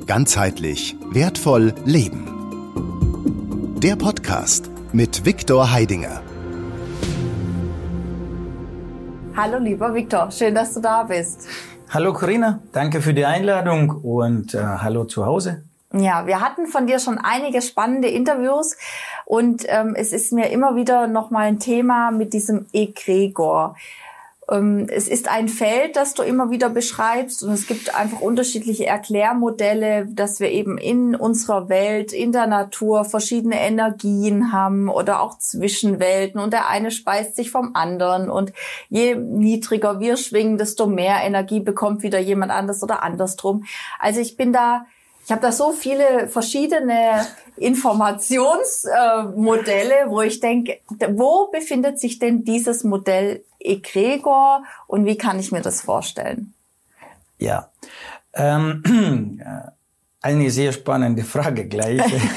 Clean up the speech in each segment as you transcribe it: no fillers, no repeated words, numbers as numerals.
Ganzheitlich wertvoll leben. Der Podcast mit Viktor Heidinger. Hallo lieber Viktor, schön, dass du da bist. Hallo Corinna, danke für die Einladung und hallo zu Hause. Ja, wir hatten von dir schon einige spannende Interviews und es ist mir immer wieder nochmal ein Thema mit diesem Egregor. Es ist ein Feld, das du immer wieder beschreibst, und es gibt einfach unterschiedliche Erklärmodelle, dass wir eben in unserer Welt, in der Natur verschiedene Energien haben oder auch Zwischenwelten, und der eine speist sich vom anderen, und je niedriger wir schwingen, desto mehr Energie bekommt wieder jemand anders oder andersrum. Also ich habe da so viele verschiedene Informationsmodelle, wo ich denke, wo befindet sich denn dieses Modell Egregor und wie kann ich mir das vorstellen? Ja, eine sehr spannende Frage gleich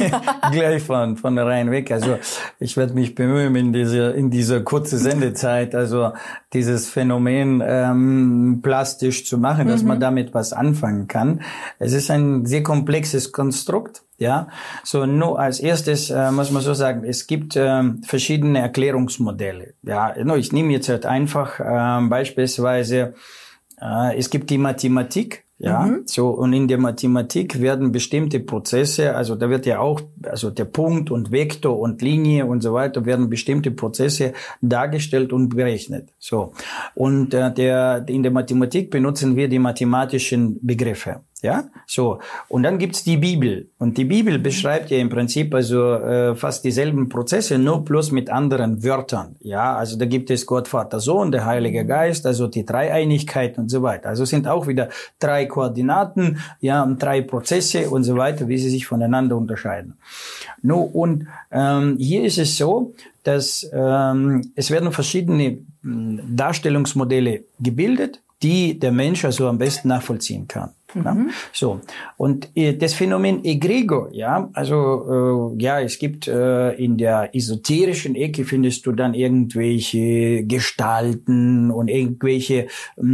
von rein weg. Also ich werde mich bemühen, in dieser kurzen Sendezeit, also dieses Phänomen plastisch zu machen, dass man damit was anfangen kann. Es ist ein sehr komplexes Konstrukt. Ja, so nur als erstes muss man so sagen, es gibt verschiedene Erklärungsmodelle. Ja, ich nehme jetzt halt einfach beispielsweise, es gibt die Mathematik. Ja, so, und in der Mathematik werden bestimmte Prozesse, also da wird ja auch, also der Punkt und Vektor und Linie und so weiter, werden bestimmte Prozesse dargestellt und berechnet. So. Und in der Mathematik benutzen wir die mathematischen Begriffe. Ja, so. Und dann gibt's die Bibel. Und die Bibel beschreibt ja im Prinzip also fast dieselben Prozesse, nur bloß mit anderen Wörtern. Ja, also da gibt es Gott, Vater, Sohn, der Heilige Geist, also die Dreieinigkeit und so weiter. Also es sind auch wieder 3 Koordinaten, ja, und 3 Prozesse und so weiter, wie sie sich voneinander unterscheiden. Und hier ist es so, dass es werden verschiedene Darstellungsmodelle gebildet, die der Mensch also am besten nachvollziehen kann. Ja? So. Und das Phänomen Egregor, ja, also es gibt in der esoterischen Ecke findest du dann irgendwelche Gestalten und irgendwelche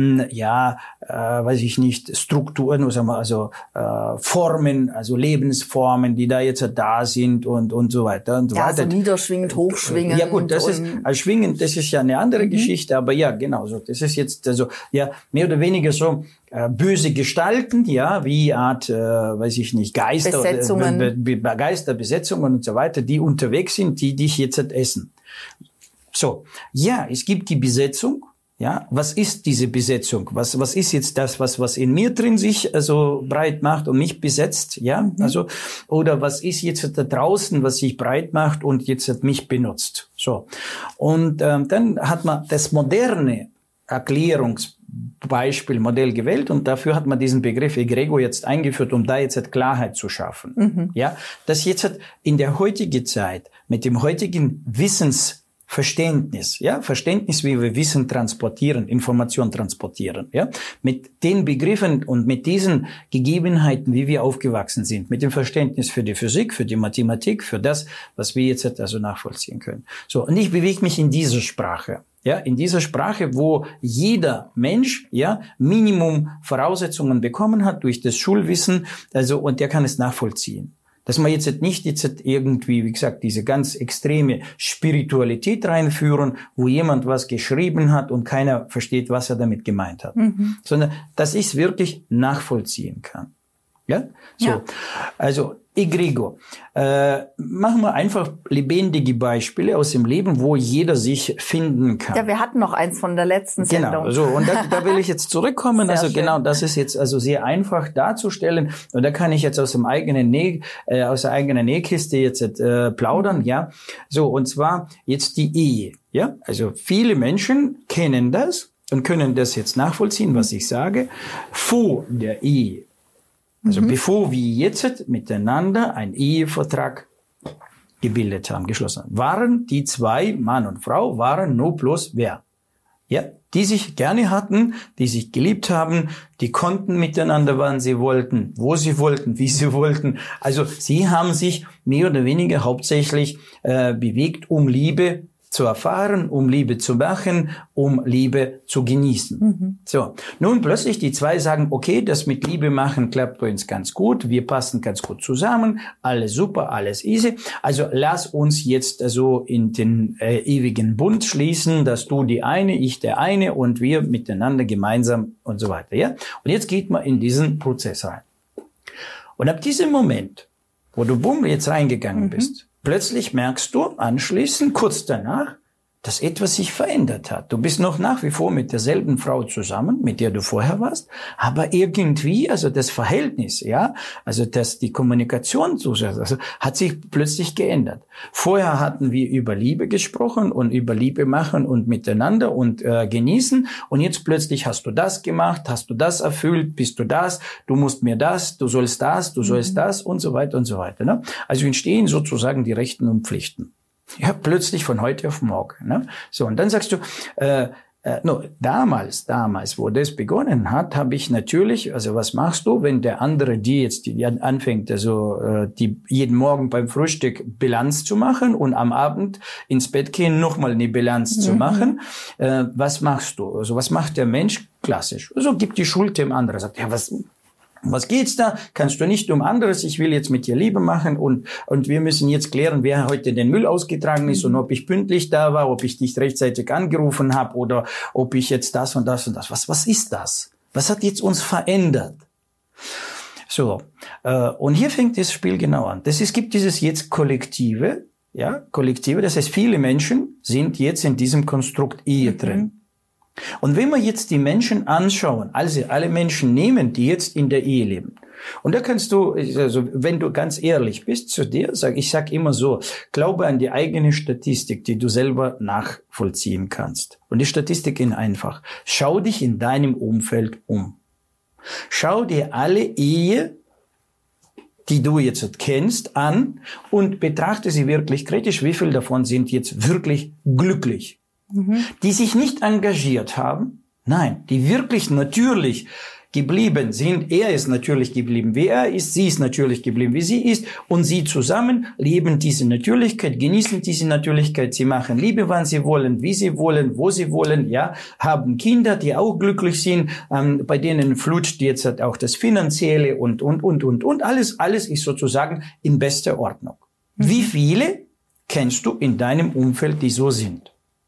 weiß ich nicht, Strukturen, also Formen, also Lebensformen, die da jetzt da sind und so weiter und so weiter. Also niederschwingend, hochschwingend. Ja gut, das ist als schwingend, das ist ja eine andere Geschichte, aber ja, genau so. Das ist jetzt also ja mehr oder weniger so böse Gestalten, ja, wie Art, weiß ich nicht, Geisterbesetzungen und so weiter, die unterwegs sind, die dich jetzt essen. So, ja, es gibt die Besetzung. Ja, was ist diese Besetzung? Was ist jetzt das, was in mir drin sich also breit macht und mich besetzt? Ja, also, oder was ist jetzt da draußen, was sich breit macht und jetzt mich benutzt? So. Und dann hat man das moderne Modell gewählt, und dafür hat man diesen Begriff Egregor jetzt eingeführt, um da jetzt Klarheit zu schaffen. Ja, dass jetzt in der heutigen Zeit mit dem heutigen Wissensverständnis, ja, Verständnis, wie wir Wissen transportieren, Information transportieren, ja, mit den Begriffen und mit diesen Gegebenheiten, wie wir aufgewachsen sind, mit dem Verständnis für die Physik, für die Mathematik, für das, was wir jetzt also nachvollziehen können. So, und ich bewege mich in dieser Sprache. Ja, in dieser Sprache, wo jeder Mensch, ja, Minimum Voraussetzungen bekommen hat durch das Schulwissen, also, und der kann es nachvollziehen. Dass man jetzt nicht irgendwie, wie gesagt, diese ganz extreme Spiritualität reinführen, wo jemand was geschrieben hat und keiner versteht, was er damit gemeint hat. Sondern, dass ich es wirklich nachvollziehen kann. Ja? So. Ja. Also, Egregor. Machen wir einfach lebendige Beispiele aus dem Leben, wo jeder sich finden kann. Ja, wir hatten noch eins von der letzten Sendung. Genau, so, und da will ich jetzt zurückkommen. Sehr also schön. Genau, das ist jetzt also sehr einfach darzustellen. Und da kann ich jetzt aus der eigenen Nähkiste jetzt plaudern, ja. So, und zwar jetzt die Ehe, ja. Also viele Menschen kennen das und können das jetzt nachvollziehen, was ich sage, vor der Ehe. Also bevor wir jetzt miteinander einen Ehevertrag gebildet haben, geschlossen haben, waren die 2, Mann und Frau, waren nur bloß wer? Ja, die sich gerne hatten, die sich geliebt haben, die konnten miteinander, wann sie wollten, wo sie wollten, wie sie wollten. Also sie haben sich mehr oder weniger hauptsächlich bewegt, um Liebe zu erfahren, um Liebe zu machen, um Liebe zu genießen. So. Nun plötzlich die zwei sagen, okay, das mit Liebe machen klappt bei uns ganz gut, wir passen ganz gut zusammen, alles super, alles easy. Also lass uns jetzt also in den ewigen Bund schließen, dass du die eine, ich der eine und wir miteinander gemeinsam und so weiter. Ja? Und jetzt geht man in diesen Prozess rein. Und ab diesem Moment, wo du bumm jetzt reingegangen bist, plötzlich merkst du anschließend, kurz danach, dass etwas sich verändert hat. Du bist noch nach wie vor mit derselben Frau zusammen, mit der du vorher warst, aber irgendwie, also das Verhältnis, ja, also die Kommunikation, also hat sich plötzlich geändert. Vorher hatten wir über Liebe gesprochen und über Liebe machen und miteinander und genießen und jetzt plötzlich hast du das gemacht, hast du das erfüllt, bist du das, du musst mir das, du sollst das, du sollst das und so weiter und so weiter. Ne? Also entstehen sozusagen die Rechten und Pflichten. Ja, plötzlich von heute auf morgen. Ne? So, und dann sagst du, damals, wo das begonnen hat, habe ich natürlich, also was machst du, wenn der andere die anfängt, also die jeden Morgen beim Frühstück Bilanz zu machen und am Abend ins Bett gehen nochmal eine Bilanz zu machen, was machst du? Also was macht der Mensch? Klassisch. Also gibt die Schuld dem anderen, sagt, ja, was geht's da? Kannst du nicht um anderes? Ich will jetzt mit dir Liebe machen und wir müssen jetzt klären, wer heute den Müll ausgetragen ist und ob ich pünktlich da war, ob ich dich rechtzeitig angerufen habe oder ob ich jetzt das und das und das. Was ist das? Was hat jetzt uns verändert? So, und hier fängt das Spiel genau an. Es gibt dieses jetzt Kollektive, ja, Kollektive, das heißt, viele Menschen sind jetzt in diesem Konstrukt Ehe drin. Und wenn wir jetzt die Menschen anschauen, also alle Menschen nehmen, die jetzt in der Ehe leben, und da kannst du, also wenn du ganz ehrlich bist zu dir, ich sag immer so, glaube an die eigene Statistik, die du selber nachvollziehen kannst. Und die Statistik ist einfach. Schau dich in deinem Umfeld um. Schau dir alle Ehe, die du jetzt kennst, an und betrachte sie wirklich kritisch. Wie viele davon sind jetzt wirklich glücklich? Die sich nicht engagiert haben, nein, die wirklich natürlich geblieben sind. Er ist natürlich geblieben, wie er ist, sie ist natürlich geblieben, wie sie ist und sie zusammen leben diese Natürlichkeit, genießen diese Natürlichkeit, sie machen Liebe, wann sie wollen, wie sie wollen, wo sie wollen, ja, haben Kinder, die auch glücklich sind, bei denen flutscht jetzt halt auch das Finanzielle und alles ist sozusagen in bester Ordnung. Wie viele kennst du in deinem Umfeld, die so sind?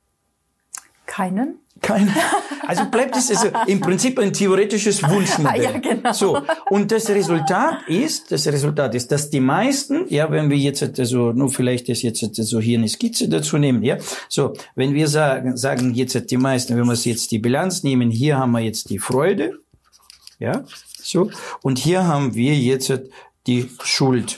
Keinen? Also bleibt es also im Prinzip ein theoretisches Wunschmodell. Ja, genau. So. Und das Resultat ist, dass die meisten, ja, wenn wir jetzt also nur vielleicht das jetzt so hier eine Skizze dazu nehmen, ja, so, wenn wir sagen jetzt die meisten, wenn wir jetzt die Bilanz nehmen, hier haben wir jetzt die Freude, ja, so, und hier haben wir jetzt die Schuld,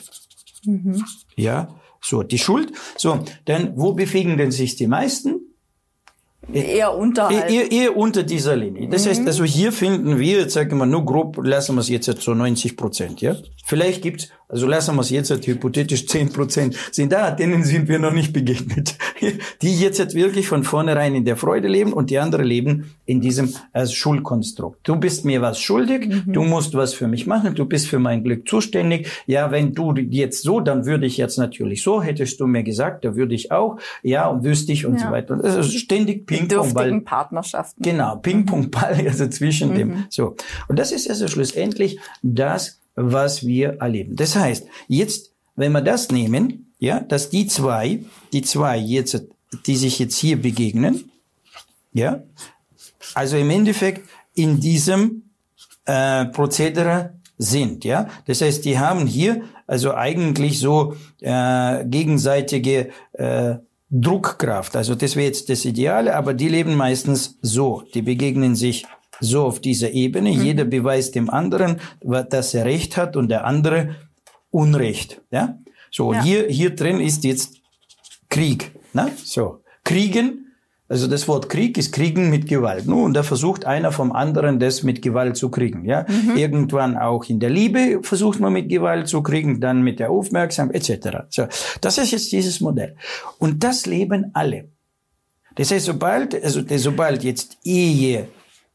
ja, so, die Schuld, so, dann wo befinden denn sich die meisten? Eher unterhalb. Eher unter dieser Linie. Das heißt, also hier finden wir, jetzt sagen wir nur grob, lassen wir es jetzt so 90%, ja? Vielleicht gibt's, also lassen wir es jetzt hypothetisch 10% sind da, denen sind wir noch nicht begegnet. Die jetzt wirklich von vornherein in der Freude leben und die anderen leben in diesem Schuldkonstrukt. Du bist mir was schuldig, du musst was für mich machen, du bist für mein Glück zuständig. Ja, wenn du jetzt so, dann würde ich jetzt natürlich so, hättest du mir gesagt, da würde ich auch, ja, und wüsste ich und so weiter. Also ständig Ping-Pong-Ball. Partnerschaften. Genau, Ping-Pong-Ball, also zwischen dem, so. Und das ist also schlussendlich das, was wir erleben. Das heißt, jetzt, wenn wir das nehmen, ja, dass die zwei jetzt, die sich jetzt hier begegnen, ja, also im Endeffekt in diesem Prozedere sind, ja. Das heißt, die haben hier also eigentlich so gegenseitige Druckkraft. Also das wäre jetzt das Ideale, aber die leben meistens so. Die begegnen sich so auf dieser Ebene. Jeder beweist dem anderen, dass er Recht hat und der andere Unrecht. Ja? So, ja. Hier drin ist jetzt Krieg. Ne? So, Kriegen, also das Wort Krieg ist Kriegen mit Gewalt. Und da versucht einer vom anderen, das mit Gewalt zu kriegen. Ja? Irgendwann auch in der Liebe versucht man mit Gewalt zu kriegen, dann mit der Aufmerksamkeit etc. So, das ist jetzt dieses Modell. Und das leben alle. Das heißt, sobald jetzt Ehe,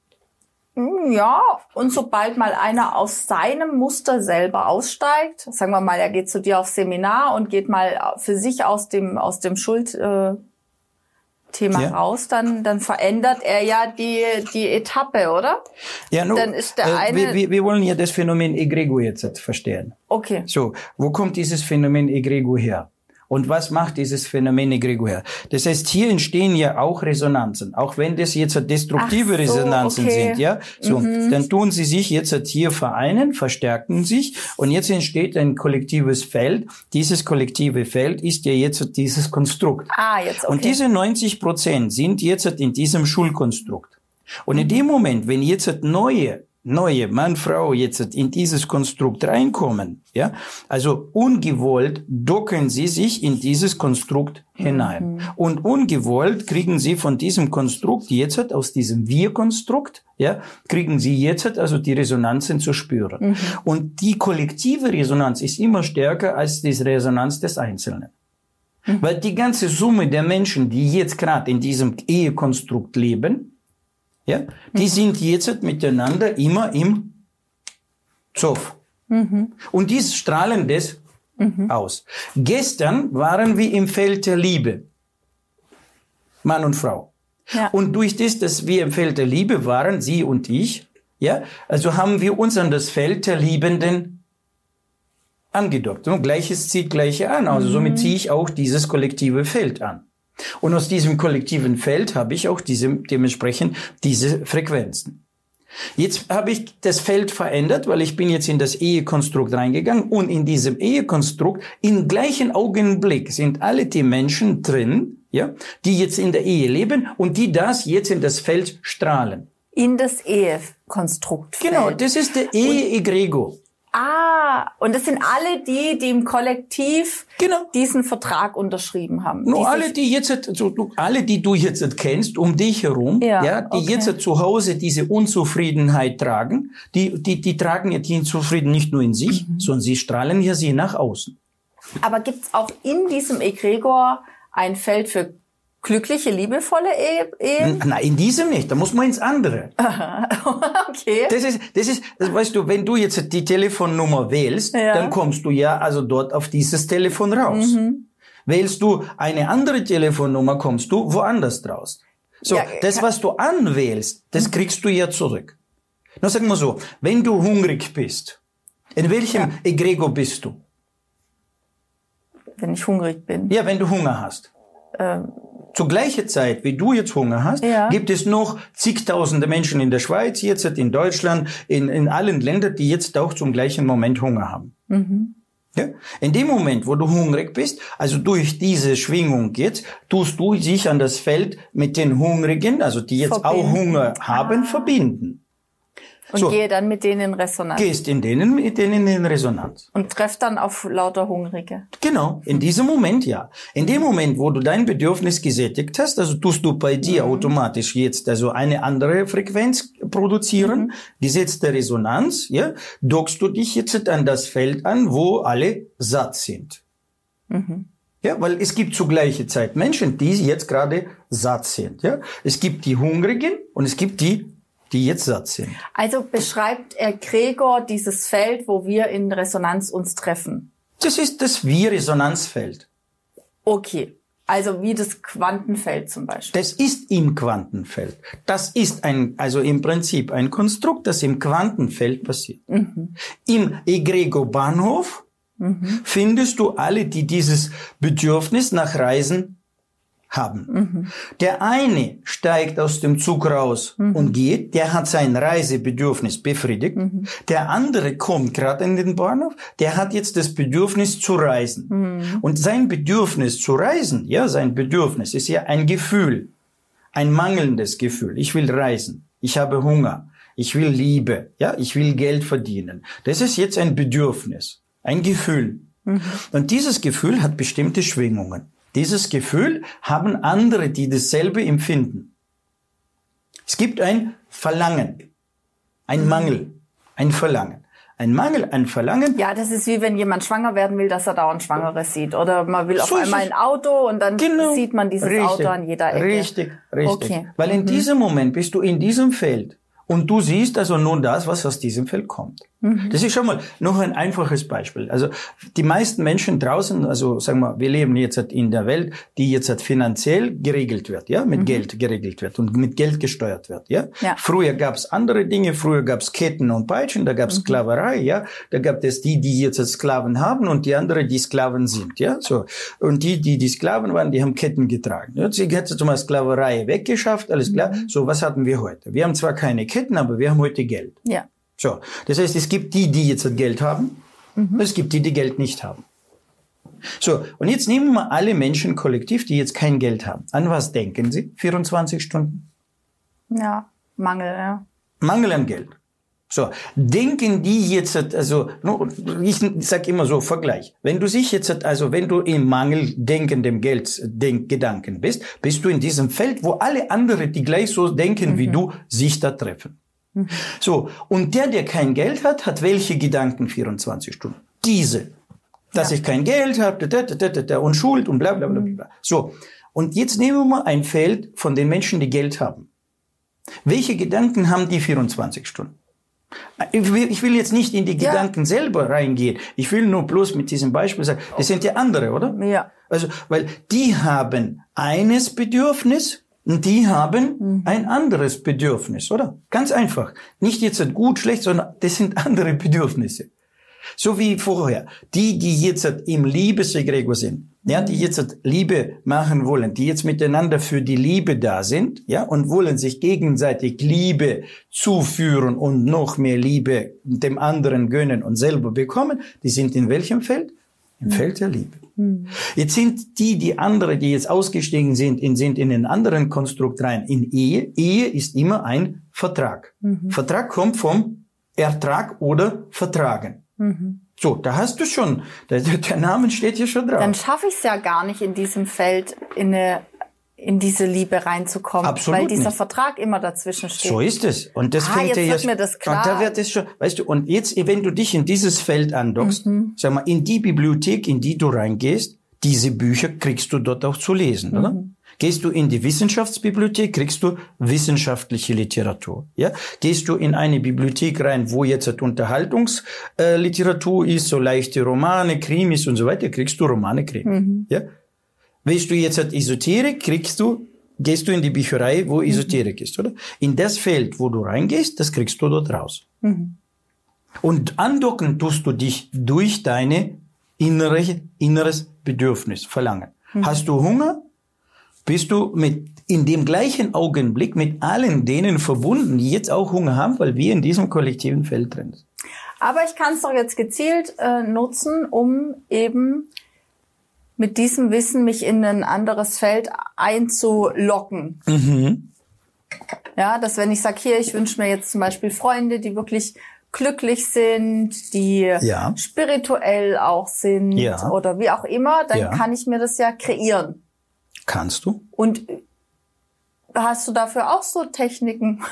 ja, und sobald mal einer aus seinem Muster selber aussteigt, sagen wir mal, er geht zu dir aufs Seminar und geht mal für sich aus dem Thema raus, dann verändert er ja die Etappe, oder? Ja, nur, dann ist der eine. Wir wollen ja das Phänomen Egregor jetzt verstehen. Okay. So, wo kommt dieses Phänomen Egregor her? Und was macht dieses Phänomen Egregor her? Das heißt, hier entstehen ja auch Resonanzen, auch wenn das jetzt destruktive Resonanzen sind, ja. So, dann tun sie sich jetzt hier vereinen, verstärken sich und jetzt entsteht ein kollektives Feld. Dieses kollektive Feld ist ja jetzt dieses Konstrukt. Jetzt, okay. Und diese 90% sind jetzt in diesem Schulkonstrukt. Und in dem Moment, wenn jetzt neue Mann, Frau jetzt in dieses Konstrukt reinkommen, ja, also ungewollt docken sie sich in dieses Konstrukt hinein. Und ungewollt kriegen sie von diesem Konstrukt jetzt, aus diesem Wir-Konstrukt, ja, kriegen sie jetzt also die Resonanzen zu spüren. Und die kollektive Resonanz ist immer stärker als die Resonanz des Einzelnen. Weil die ganze Summe der Menschen, die jetzt gerade in diesem Ehekonstrukt leben, ja, die sind jetzt miteinander immer im Zoff. Und die strahlen das aus. Gestern waren wir im Feld der Liebe. Mann und Frau. Ja. Und durch das, dass wir im Feld der Liebe waren, Sie und ich, ja, also haben wir uns an das Feld der Liebenden angedockt. Und Gleiches zieht Gleiche an. Also somit ziehe ich auch dieses kollektive Feld an. Und aus diesem kollektiven Feld habe ich auch dementsprechend diese Frequenzen. Jetzt habe ich das Feld verändert, weil ich bin jetzt in das Ehekonstrukt reingegangen und in diesem Ehekonstrukt im gleichen Augenblick sind alle die Menschen drin, ja, die jetzt in der Ehe leben und die das jetzt in das Feld strahlen. In das Ehekonstrukt. Genau, das ist der Ehe-Egregor. Und das sind alle die im Kollektiv diesen Vertrag unterschrieben haben. Nur alle, die du jetzt kennst, um dich herum, die jetzt zu Hause diese Unzufriedenheit tragen, die tragen ja die Unzufriedenheit nicht nur in sich, sondern sie strahlen ja sie nach außen. Aber gibt's auch in diesem Egregor ein Feld für glückliche, liebevolle Ehen? Nein, in diesem nicht. Da muss man ins andere. Okay. Das ist, weißt du, wenn du jetzt die Telefonnummer wählst, dann kommst du ja also dort auf dieses Telefon raus. Wählst du eine andere Telefonnummer, kommst du woanders raus. So, das, was du anwählst, das kriegst du ja zurück. Na, sag mal so, wenn du hungrig bist, in welchem Egregor bist du? Wenn ich hungrig bin. Ja, wenn du Hunger hast. Zur gleichen Zeit, wie du jetzt Hunger hast, gibt es noch zigtausende Menschen in der Schweiz, jetzt in Deutschland, in allen Ländern, die jetzt auch zum gleichen Moment Hunger haben. Ja? In dem Moment, wo du hungrig bist, also durch diese Schwingung jetzt, tust du dich an das Feld mit den Hungrigen, also die jetzt auch Hunger haben, verbinden. Und gehe dann mit denen in Resonanz. Gehst mit denen in Resonanz. Und treff dann auf lauter Hungrige. Genau, in diesem Moment In dem Moment, wo du dein Bedürfnis gesättigt hast, also tust du bei dir automatisch jetzt also eine andere Frequenz produzieren, gesetzte Resonanz, ja, dockst du dich jetzt an das Feld an, wo alle satt sind. Ja, weil es gibt zur gleichen Zeit Menschen, die jetzt gerade satt sind, ja. Es gibt die Hungrigen und es gibt die jetzt satt sind. Also beschreibt Egregor dieses Feld, wo wir in Resonanz uns treffen? Das ist das Wir-Resonanzfeld. Okay, also wie das Quantenfeld zum Beispiel. Das ist im Quantenfeld. Das ist also im Prinzip ein Konstrukt, das im Quantenfeld passiert. Im Egregor-Bahnhof findest du alle, die dieses Bedürfnis nach Reisen haben. Der eine steigt aus dem Zug raus und geht, der hat sein Reisebedürfnis befriedigt. Der andere kommt gerade in den Bahnhof, der hat jetzt das Bedürfnis zu reisen. Und sein Bedürfnis zu reisen, sein Bedürfnis ist ja ein Gefühl, ein mangelndes Gefühl. Ich will reisen, ich habe Hunger, ich will Liebe, ich will Geld verdienen. Das ist jetzt ein Bedürfnis, ein Gefühl. Und dieses Gefühl hat bestimmte Schwingungen. Dieses Gefühl haben andere, die dasselbe empfinden. Es gibt ein Verlangen, ein Mangel, ein Verlangen. Ein Mangel, ein Verlangen. Ja, das ist wie wenn jemand schwanger werden will, dass er dauernd Schwangeres sieht. Oder man will auf einmal ein Auto und dann sieht man dieses Auto an jeder Ecke. Richtig. Okay. Weil in diesem Moment bist du in diesem Feld und du siehst also nur das, was aus diesem Feld kommt. Das ist schon mal noch ein einfaches Beispiel. Also die meisten Menschen draußen, also sagen wir, wir leben jetzt in der Welt, die jetzt finanziell geregelt wird, ja, mit Geld geregelt wird und mit Geld gesteuert wird, ja. Früher gab es andere Dinge, früher gab es Ketten und Peitschen, da gab es Sklaverei, ja. Da gab es die jetzt Sklaven haben und die anderen, die Sklaven sind, ja. So. Und die Sklaven waren, die haben Ketten getragen. Jetzt hat zum Beispiel Sklaverei weggeschafft, alles klar. So, was hatten wir heute? Wir haben zwar keine Ketten, aber wir haben heute Geld. Ja. So, das heißt, es gibt die jetzt Geld haben, und es gibt die Geld nicht haben. So, und jetzt nehmen wir alle Menschen kollektiv, die jetzt kein Geld haben. An was denken sie? 24 Stunden? Ja, Mangel, ja. Mangel an Geld. So, denken die jetzt, also, ich sag immer so, Vergleich. Wenn du im Mangel denkendem Gedanken bist, bist du in diesem Feld, wo alle anderen, die gleich so denken wie du, sich da treffen. So, und der kein Geld hat, hat welche Gedanken 24 Stunden? Diese. Dass ich kein Geld habe, und Schuld und bla bla bla bla. So, und jetzt nehmen wir mal ein Feld von den Menschen, die Geld haben. Welche Gedanken haben die 24 Stunden? Ich will jetzt nicht in die Gedanken selber reingehen. Ich will nur bloß mit diesem Beispiel sagen, das sind ja andere, oder? Ja. Also, weil die haben eines Bedürfnis, und die haben ein anderes Bedürfnis, oder? Ganz einfach. Nicht jetzt gut, schlecht, sondern das sind andere Bedürfnisse. So wie vorher. Die jetzt im Liebesegregor sind, ja, die jetzt Liebe machen wollen, die jetzt miteinander für die Liebe da sind, ja, und wollen sich gegenseitig Liebe zuführen und noch mehr Liebe dem anderen gönnen und selber bekommen, die sind in welchem Feld? Im Feld der Liebe. Jetzt sind die anderen, die jetzt ausgestiegen sind in einen anderen Konstrukt rein, in Ehe. Ehe ist immer ein Vertrag. Vertrag kommt vom Ertrag oder Vertragen. So, da hast du schon, der Name steht hier schon drauf. Dann schaffe ich es ja gar nicht, in diesem Feld in diese Liebe reinzukommen. Absolut weil dieser nicht. Vertrag immer dazwischen steht. So ist es. Und das fängt jetzt ja wird mir das klar. Und da wird es schon, weißt du, und jetzt, wenn du dich in dieses Feld andockst, sag mal, in die Bibliothek, in die du reingehst, diese Bücher kriegst du dort auch zu lesen, oder? Gehst du in die Wissenschaftsbibliothek, kriegst du wissenschaftliche Literatur. Ja? Gehst du in eine Bibliothek rein, wo jetzt Unterhaltungsliteratur ist, so leichte Romane, Krimis und so weiter, kriegst du Romane, Krimis. Ja? Willst du jetzt Esoterik, gehst du in die Bücherei, wo Esoterik ist, oder? In das Feld, wo du reingehst, das kriegst du dort raus. Und andocken tust du dich durch deine inneres Bedürfnis, Verlangen. Hast du Hunger? Bist du in dem gleichen Augenblick mit allen denen verbunden, die jetzt auch Hunger haben, weil wir in diesem kollektiven Feld drin sind. Aber ich kann es doch jetzt gezielt nutzen, um eben mit diesem Wissen mich in ein anderes Feld einzulocken. Ja, dass wenn ich sage, hier, ich wünsche mir jetzt zum Beispiel Freunde, die wirklich glücklich sind, die spirituell auch sind oder wie auch immer, dann kann ich mir das ja kreieren. Kannst du? Und hast du dafür auch so Techniken?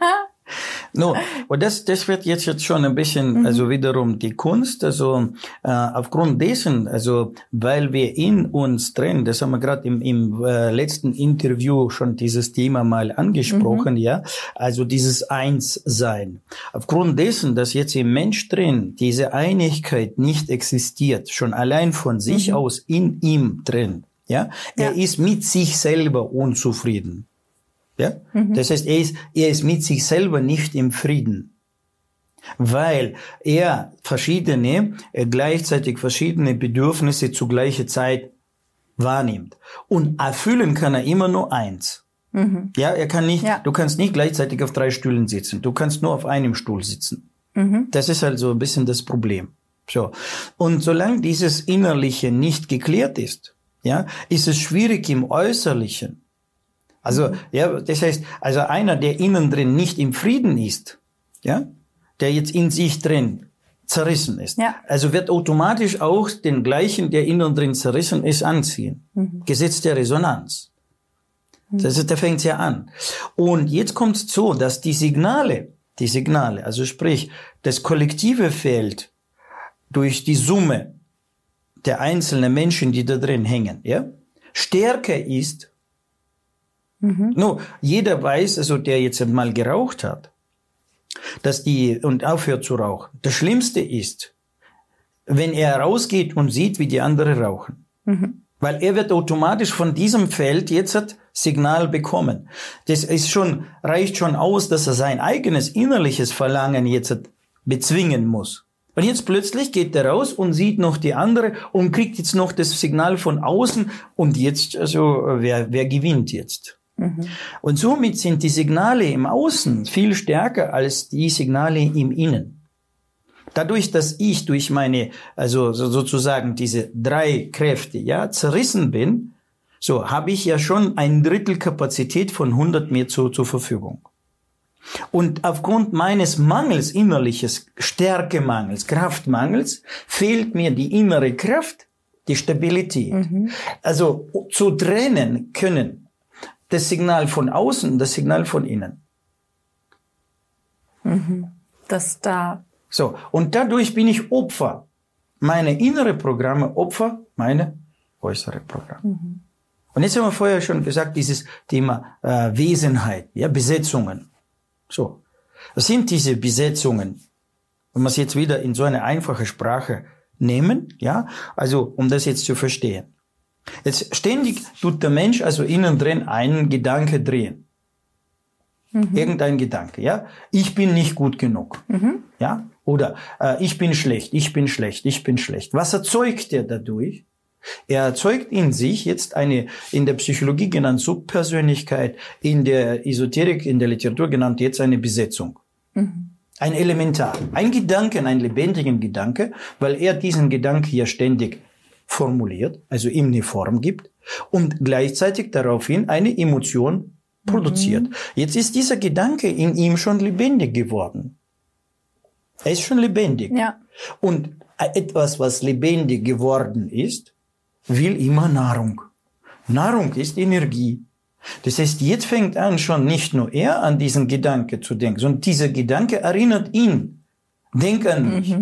Und das wird jetzt schon ein bisschen, also wiederum die Kunst, also aufgrund dessen, also weil wir in uns drin, das haben wir gerade im letzten Interview schon dieses Thema mal angesprochen, ja, also dieses Einssein. Aufgrund dessen, dass jetzt im Mensch drin diese Einigkeit nicht existiert, schon allein von sich aus in ihm drin, ja, er ist mit sich selber unzufrieden. Ja? Das heißt, er ist mit sich selber nicht im Frieden, weil er gleichzeitig verschiedene Bedürfnisse zu gleicher Zeit wahrnimmt. Und erfüllen kann er immer nur eins. Ja, er kann nicht, du kannst nicht gleichzeitig auf 3 Stühlen sitzen. Du kannst nur auf einem Stuhl sitzen. Das ist halt so ein bisschen das Problem. So. Und solange dieses Innerliche nicht geklärt ist, ja, ist es schwierig im Äußerlichen. Also, ja, das heißt, also einer, der innen drin nicht im Frieden ist, ja, der jetzt in sich drin zerrissen ist, also wird automatisch auch den gleichen, der innen drin zerrissen ist, anziehen. Gesetz der Resonanz. Da fängt's ja an. Und jetzt kommt's so, dass die Signale, also sprich, das kollektive Feld durch die Summe der einzelnen Menschen, die da drin hängen, ja, stärker ist. Jeder weiß, also der jetzt mal geraucht hat, und aufhört zu rauchen. Das Schlimmste ist, wenn er rausgeht und sieht, wie die anderen rauchen. Weil er wird automatisch von diesem Feld jetzt Signal bekommen. Das reicht schon aus, dass er sein eigenes innerliches Verlangen jetzt bezwingen muss. Und jetzt plötzlich geht er raus und sieht noch die andere und kriegt jetzt noch das Signal von außen. Und jetzt, wer gewinnt jetzt? Und somit sind die Signale im Außen viel stärker als die Signale im Innen. Dadurch, dass ich durch meine, sozusagen diese 3 Kräfte, zerrissen bin, habe ich ja schon 1/3 Kapazität von 100 mehr zur Verfügung. Und aufgrund meines Mangels, innerliches Stärkemangels, Kraftmangels, fehlt mir die innere Kraft, die Stabilität. Also zu trennen können das Signal von außen, das Signal von innen. Und dadurch bin ich Opfer. Meine innere Programme, Opfer, meine äußere Programme. Und jetzt haben wir vorher schon gesagt, dieses Thema Wesenheit, Besetzungen. Was sind diese Besetzungen? Wenn wir es jetzt wieder in so eine einfache Sprache nehmen, um das jetzt zu verstehen. Jetzt ständig tut der Mensch innen drin einen Gedanke drehen. Irgendein Gedanke, Ich bin nicht gut genug, Oder ich bin schlecht, ich bin schlecht, ich bin schlecht. Was erzeugt er dadurch? Er erzeugt in sich jetzt eine, in der Psychologie genannt Subpersönlichkeit, in der Esoterik, in der Literatur genannt jetzt eine Besetzung. Ein Elementar, ein Gedanken, einen lebendigen Gedanke, weil er diesen Gedanke hier ständig formuliert, also ihm eine Form gibt und gleichzeitig daraufhin eine Emotion produziert. Jetzt ist dieser Gedanke in ihm schon lebendig geworden. Er ist schon lebendig. Und etwas, was lebendig geworden ist, will immer Nahrung. Nahrung ist Energie. Das heißt, jetzt fängt an, schon nicht nur er an diesen Gedanke zu denken, sondern dieser Gedanke erinnert ihn. Denk an mich.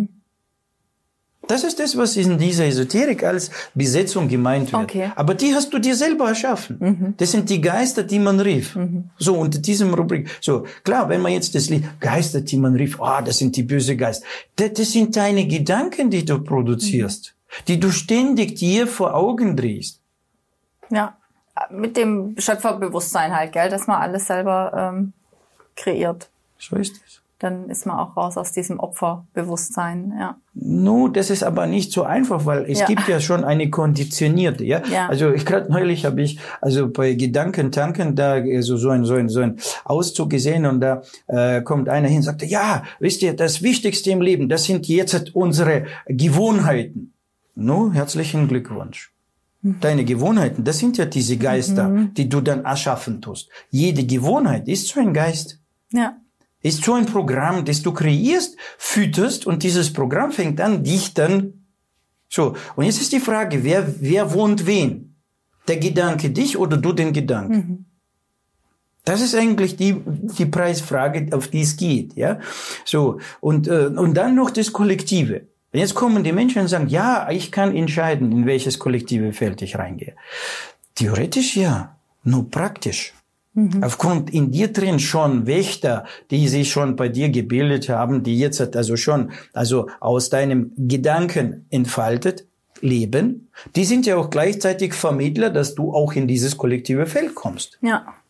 Das ist das, was in dieser Esoterik als Besetzung gemeint wird. Aber die hast du dir selber erschaffen. Das sind die Geister, die man rief. Unter diesem Rubrik. Klar, wenn man jetzt das Lied Geister, die man rief, das sind die bösen Geister. Das sind deine Gedanken, die du produzierst, die du ständig dir vor Augen drehst. Ja, mit dem Schöpferbewusstsein halt, gell, dass man alles selber kreiert. So ist es. Dann ist man auch raus aus diesem Opferbewusstsein, Das ist aber nicht so einfach, weil es gibt ja schon eine konditionierte, Also gerade neulich habe ich bei Gedankentanken da so ein Auszug gesehen und da kommt einer hin und sagte, wisst ihr, das Wichtigste im Leben, das sind jetzt unsere Gewohnheiten. Herzlichen Glückwunsch. Deine Gewohnheiten, das sind ja diese Geister, die du dann erschaffen tust. Jede Gewohnheit ist so ein Geist. Ist so ein Programm, das du kreierst, fütterst und dieses Programm fängt an, dich dann Und jetzt ist die Frage, wer wohnt wen? Der Gedanke dich oder du den Gedanken? Das ist eigentlich die Preisfrage, auf die es geht, Und dann noch das Kollektive. Und jetzt kommen die Menschen und sagen, ich kann entscheiden, in welches kollektive Feld ich reingehe. Theoretisch nur praktisch. Aufgrund in dir drin schon Wächter, die sich schon bei dir gebildet haben, die jetzt schon aus deinem Gedanken entfaltet leben, die sind ja auch gleichzeitig Vermittler, dass du auch in dieses kollektive Feld kommst.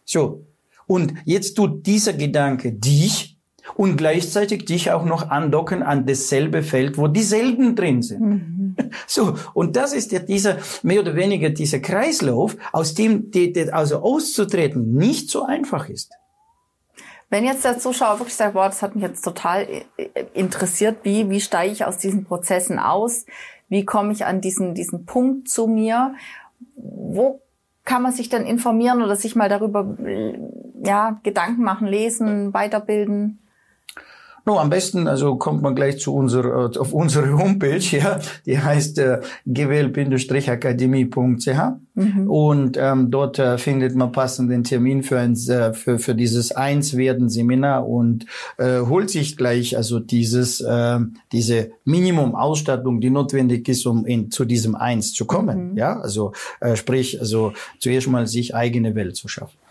Und jetzt tut dieser Gedanke dich und gleichzeitig dich auch noch andocken an dasselbe Feld, wo dieselben drin sind. Und das ist ja mehr oder weniger dieser Kreislauf, aus dem auszutreten nicht so einfach ist. Wenn jetzt der Zuschauer wirklich sagt, das hat mich jetzt total interessiert, wie steige ich aus diesen Prozessen aus? Wie komme ich an diesen Punkt zu mir? Wo kann man sich dann informieren oder sich mal darüber Gedanken machen, lesen, weiterbilden? Am besten, kommt man gleich auf unsere Homepage, die heißt gwl-akademie.ch und dort findet man passenden Termin für dieses Eins-Werden-Seminar und holt sich gleich diese Minimum-Ausstattung, die notwendig ist, um zu diesem Eins zu kommen, sprich zuerst mal sich eigene Welt zu schaffen.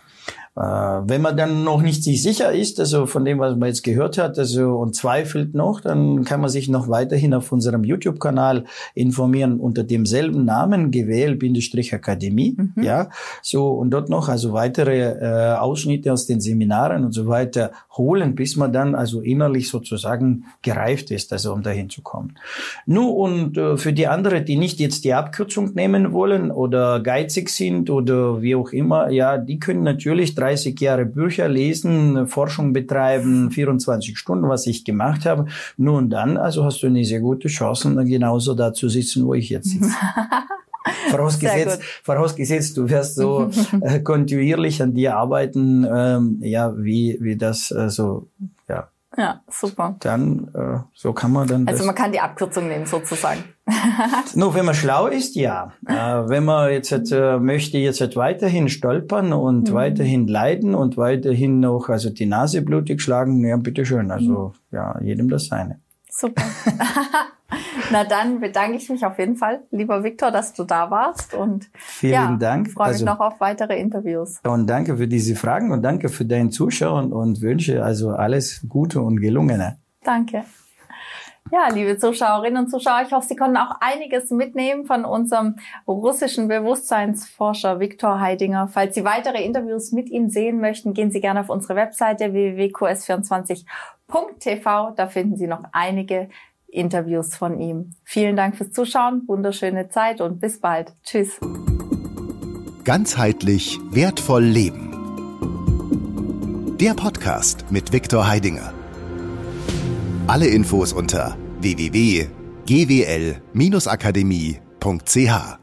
Wenn man dann noch nicht sich sicher ist, also von dem, was man jetzt gehört hat, also und zweifelt noch, dann kann man sich noch weiterhin auf unserem YouTube-Kanal informieren unter demselben Namen, GWL-Akademie, ja, so, und dort noch also weitere Ausschnitte aus den Seminaren und so weiter holen, bis man dann also innerlich sozusagen gereift ist, also um dahin zu kommen. Nun, und für die anderen, die nicht jetzt die Abkürzung nehmen wollen oder geizig sind oder wie auch immer, ja, die können natürlich 30 Jahre Bücher lesen, Forschung betreiben, 24 Stunden, was ich gemacht habe. Nur und dann, also hast du eine sehr gute Chance, genauso da zu sitzen, wo ich jetzt sitze. Vorausgesetzt, du wirst so kontinuierlich an dir arbeiten, ja, wie das so, ja. Ja, super. Dann, so kann man dann. Also man kann die Abkürzung nehmen, sozusagen. Nur wenn man schlau ist, ja. Wenn man jetzt möchte jetzt weiterhin stolpern und weiterhin leiden und weiterhin noch also die Nase blutig schlagen, ja, bitteschön. Also ja, jedem das seine. Super. Na dann bedanke ich mich auf jeden Fall, lieber Viktor, dass du da warst und vielen Dank. Freue mich noch auf weitere Interviews. Und danke für diese Fragen und danke für dein Zuschauen und wünsche also alles Gute und Gelungene. Danke. Ja, liebe Zuschauerinnen und Zuschauer, ich hoffe, Sie konnten auch einiges mitnehmen von unserem russischen Bewusstseinsforscher Viktor Heidinger. Falls Sie weitere Interviews mit ihm sehen möchten, gehen Sie gerne auf unsere Webseite www.qs24.tv. Da finden Sie noch einige Interviews von ihm. Vielen Dank fürs Zuschauen, wunderschöne Zeit und bis bald. Tschüss. Ganzheitlich wertvoll leben. Der Podcast mit Viktor Heidinger. Alle Infos unter www.gwl-akademie.ch